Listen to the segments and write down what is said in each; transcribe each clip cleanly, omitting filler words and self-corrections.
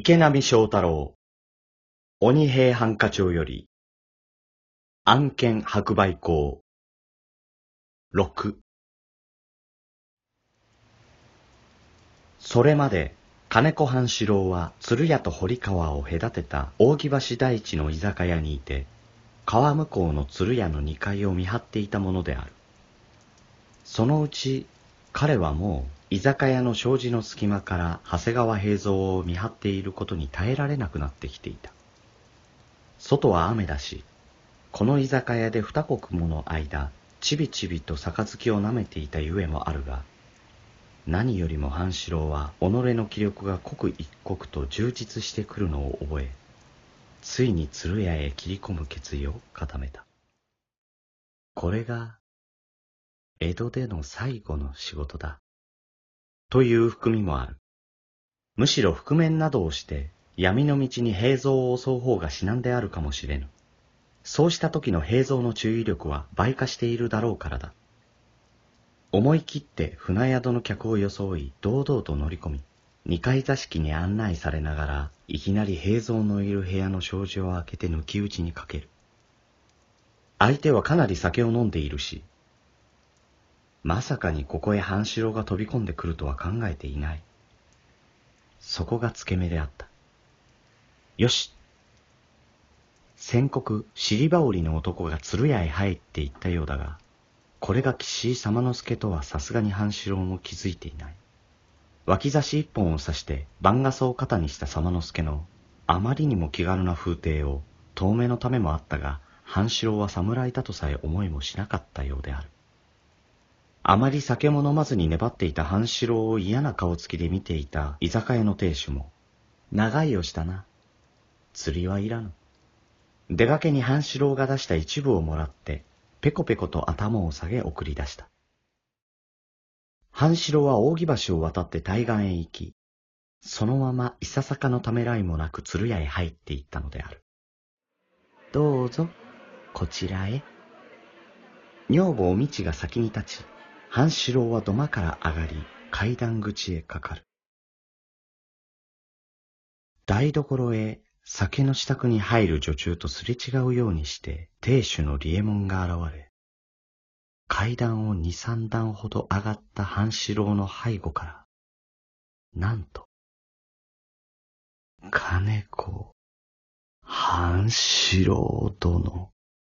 池波正太郎、鬼平犯科帳より、案件白売公、6。それまで、金子半四郎は鶴屋と堀川を隔てた扇橋台地の居酒屋にいて、川向こうの鶴屋の2階を見張っていたものである。そのうち、彼はもう居酒屋の障子の隙間から長谷川平蔵を見張っていることに耐えられなくなってきていた。外は雨だし、この居酒屋で二刻もの間、ちびちびと杯を舐めていたゆえもあるが、何よりも半四郎は己の気力が刻一刻と充実してくるのを覚え、ついに鶴屋へ切り込む決意を固めた。これが江戸での最後の仕事だという含みもある。むしろ覆面などをして闇の道に平蔵を襲う方が至難であるかもしれぬ。そうした時の平蔵の注意力は倍化しているだろうからだ。思い切って船宿の客を装い堂々と乗り込み、二階座敷に案内されながらいきなり平蔵のいる部屋の障子を開けて抜き打ちにかける。相手はかなり酒を飲んでいるし、まさかにここへ半四郎が飛び込んでくるとは考えていない。そこが付け目であった。よし。先刻、尻羽織の男が鶴屋へ入っていったようだが、これが岸井様之助とはさすがに半四郎も気づいていない。脇差し一本を刺して番傘を肩にした様之助のあまりにも気軽な風体を遠目のためもあったが、半四郎は侍だとさえ思いもしなかったようである。あまり酒も飲まずに粘っていた半四郎を嫌な顔つきで見ていた居酒屋の亭主も、長いをしたな。釣りはいらぬ。出がけに半四郎が出した一部をもらって、ペコペコと頭を下げ送り出した。半四郎は扇橋を渡って対岸へ行き、そのままいささかのためらいもなく鶴屋へ入っていったのである。どうぞ、こちらへ。女房おみちが先に立ち、半四郎は土間から上がり、階段口へかかる。台所へ酒の支度に入る女中とすれ違うようにして、亭主の利右衛門が現れ、階段を二三段ほど上がった半四郎の背後から、なんと、金子、半四郎殿、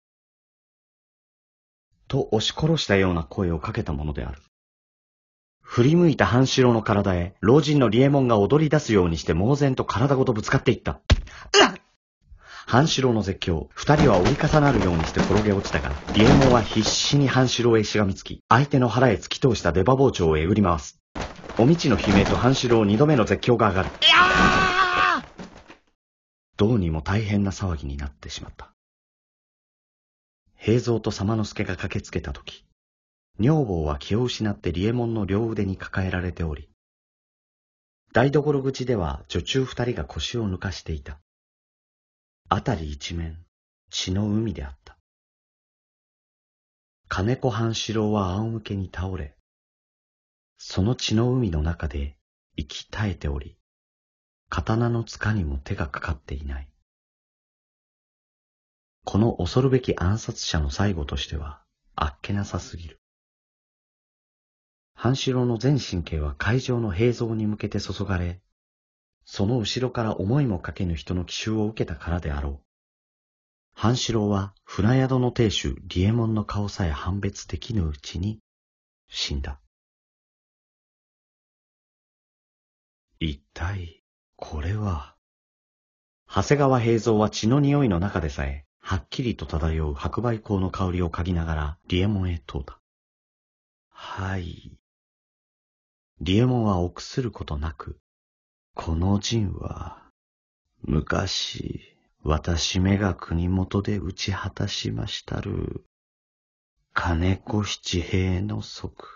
と押し殺したような声をかけたものである。振り向いた半四郎の体へ、老人の利右衛門が踊り出すようにして猛然と体ごとぶつかっていった。半四郎の絶叫、二人は折り重なるようにして転げ落ちたが、利右衛門は必死に半四郎へしがみつき、相手の腹へ突き通した出刃包丁をえぐり回す。おみちの悲鳴と半四郎二度目の絶叫が上がる。どうにも大変な騒ぎになってしまった。平蔵と様之助が駆けつけたとき、女房は気を失って利右衛門の両腕に抱えられており、台所口では女中二人が腰を抜かしていた。あたり一面、血の海であった。金子半四郎は仰向けに倒れ、その血の海の中で息絶えており、刀の柄にも手がかかっていない。この恐るべき暗殺者の最後としては、あっけなさすぎる。半四郎の全神経は会場の平蔵に向けて注がれ、その後ろから思いもかけぬ人の奇襲を受けたからであろう。半四郎は船宿の亭主利右衛門の顔さえ判別できぬうちに死んだ。一体これは。長谷川平蔵は血の匂いの中でさえはっきりと漂う白梅香の香りを嗅ぎながら利右衛門へ問うた。はい。利右衛門は臆することなく、この陣は昔私めが国元で打ち果たしましたる金子七平の息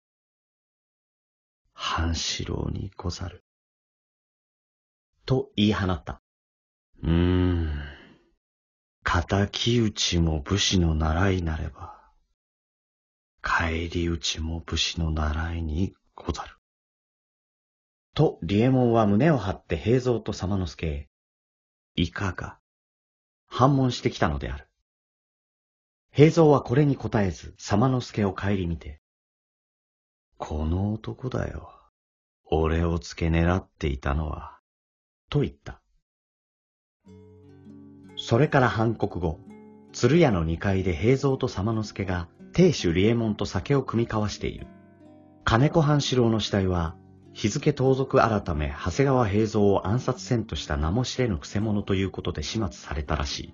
半四郎にござる。と言い放った。敵討ちも武士の習いなれば、返り討ちも武士の習いにござる。 と、利右衛門は胸を張って平蔵と左馬之助へ、いかが、反問してきたのである。平蔵はこれに答えず、左馬之助を顧みて、この男だよ。俺を付け狙っていたのは、と言った。それから半刻後、鶴屋の2階で平蔵と左馬之助が亭主利右衛門と酒を酌み交わしている。金子半四郎の死体は、日付盗賊改め長谷川平蔵を暗殺せんとした名も知れぬくせ者ということで始末されたらしい。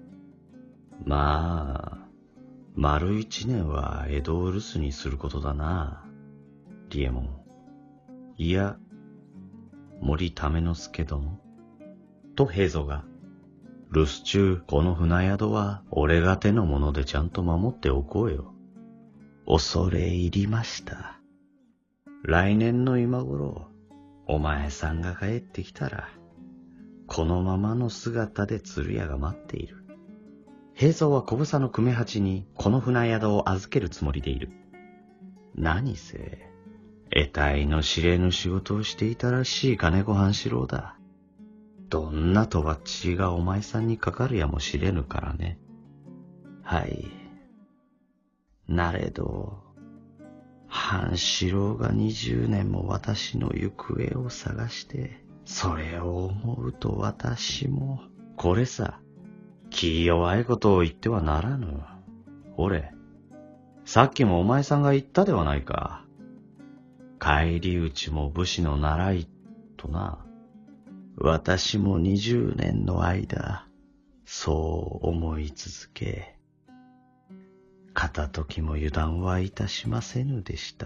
まあ、丸1年は江戸を留守にすることだな、利右衛門。いや、森為之助殿。と平蔵が、留守中、この船宿は俺が手のものでちゃんと守っておこうよ。恐れ入りました。来年の今頃、お前さんが帰ってきたら、このままの姿で鶴屋が待っている。平蔵は小房の久米八にこの船宿を預けるつもりでいる。何せ、得体の知れぬ仕事をしていたらしい金子半四郎だ。どんなとばっちりがお前さんにかかるやもしれぬからね。はい。なれど、半四郎が20年も私の行方を探して、それを思うと私も、これさ、気弱いことを言ってはならぬ。ほれ、さっきもお前さんが言ったではないか。返り討ちも武士の習い、とな。私も20年の間、そう思い続け、片時も油断はいたしませぬでした。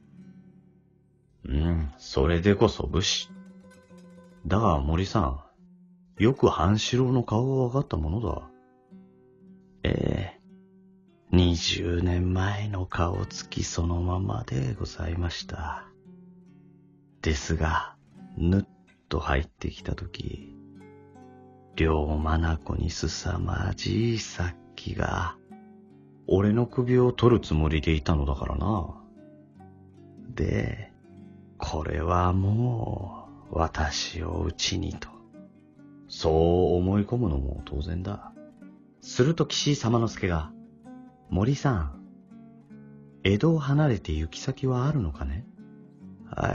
それでこそ武士。だが森さん、よく半四郎の顔がわかったものだ。20年前の顔つきそのままでございました。ですが、ぬっと入ってきたとき、両眼にすさまじい殺気が、俺の首を取るつもりでいたのだからな。で、これはもう私を討ちにと、そう思い込むのも当然だ。すると岸井左馬之助が、森さん、江戸を離れて行き先はあるのかね？はい。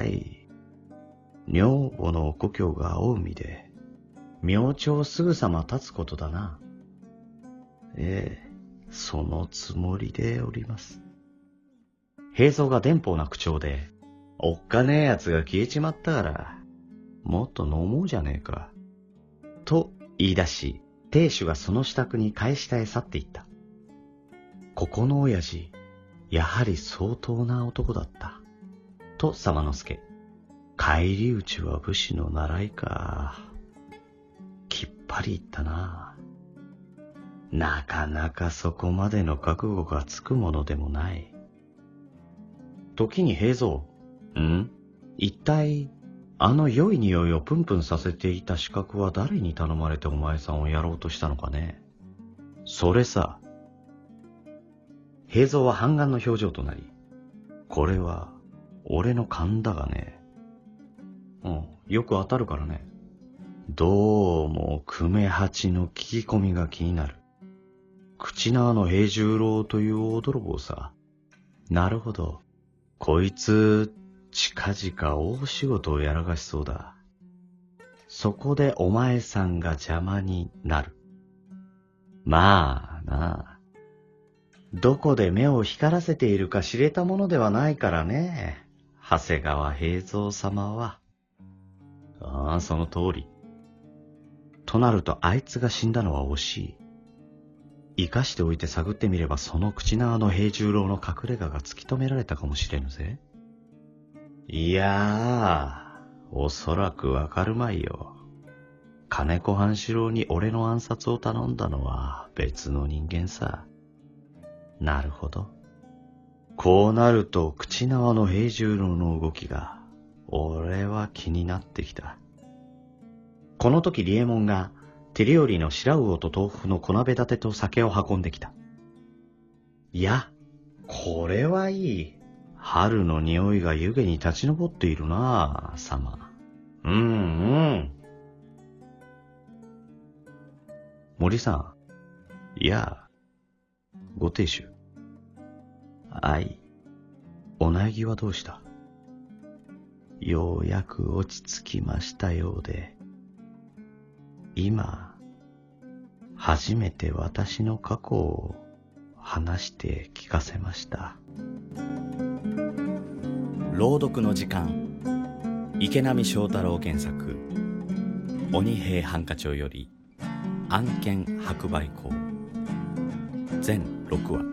女房の故郷が青海で、明朝すぐさま立つことだな。そのつもりでおります。平蔵が電報な口調で、おっかねえやつが消えちまったから、もっと飲もうじゃねえか。と言い出し、亭主がその支度に返したへ去っていった。ここの親父、やはり相当な男だった。と左馬之助。返り討ちは武士の習いか。きっぱり言ったな。なかなかそこまでの覚悟がつくものでもない。時に平蔵、一体、あの良い匂いをプンプンさせていた刺客は誰に頼まれてお前さんをやろうとしたのかね。それさ。平蔵は半眼の表情となり、これは、俺の勘だがね。よく当たるからね。どうも、久米八の聞き込みが気になる。口縄の平十郎という大泥棒さ。なるほど。こいつ、近々大仕事をやらかしそうだ。そこでお前さんが邪魔になる。まあな。どこで目を光らせているか知れたものではないからね。長谷川平蔵様は。その通り。となるとあいつが死んだのは惜しい。生かしておいて探ってみればその口縄の平十郎の隠れ家が突き止められたかもしれぬぜ。いやおそらくわかるまいよ。金子半四郎に俺の暗殺を頼んだのは別の人間さ。なるほど。こうなると口縄の平十郎の動きが俺は気になってきた。この時利右衛門が手料理の白魚と豆腐の小鍋立てと酒を運んできた。いや、これはいい。 春の匂いが湯気に立ち上っているなあ、様。森さん。いや、ご亭主。お苗木はどうした？ようやく落ち着きましたようで、今、初めて私の過去を話して聞かせました。朗読の時間。池波正太郎原作、鬼平犯科帳より案件白梅校全6話。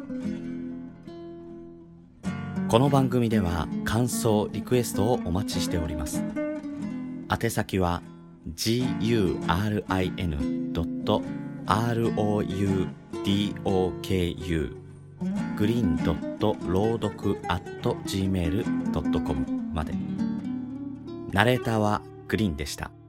この番組では感想リクエストをお待ちしております。宛先は gurin.roudoku green.朗読@gmail.com まで。ナレーターはグリーンでした。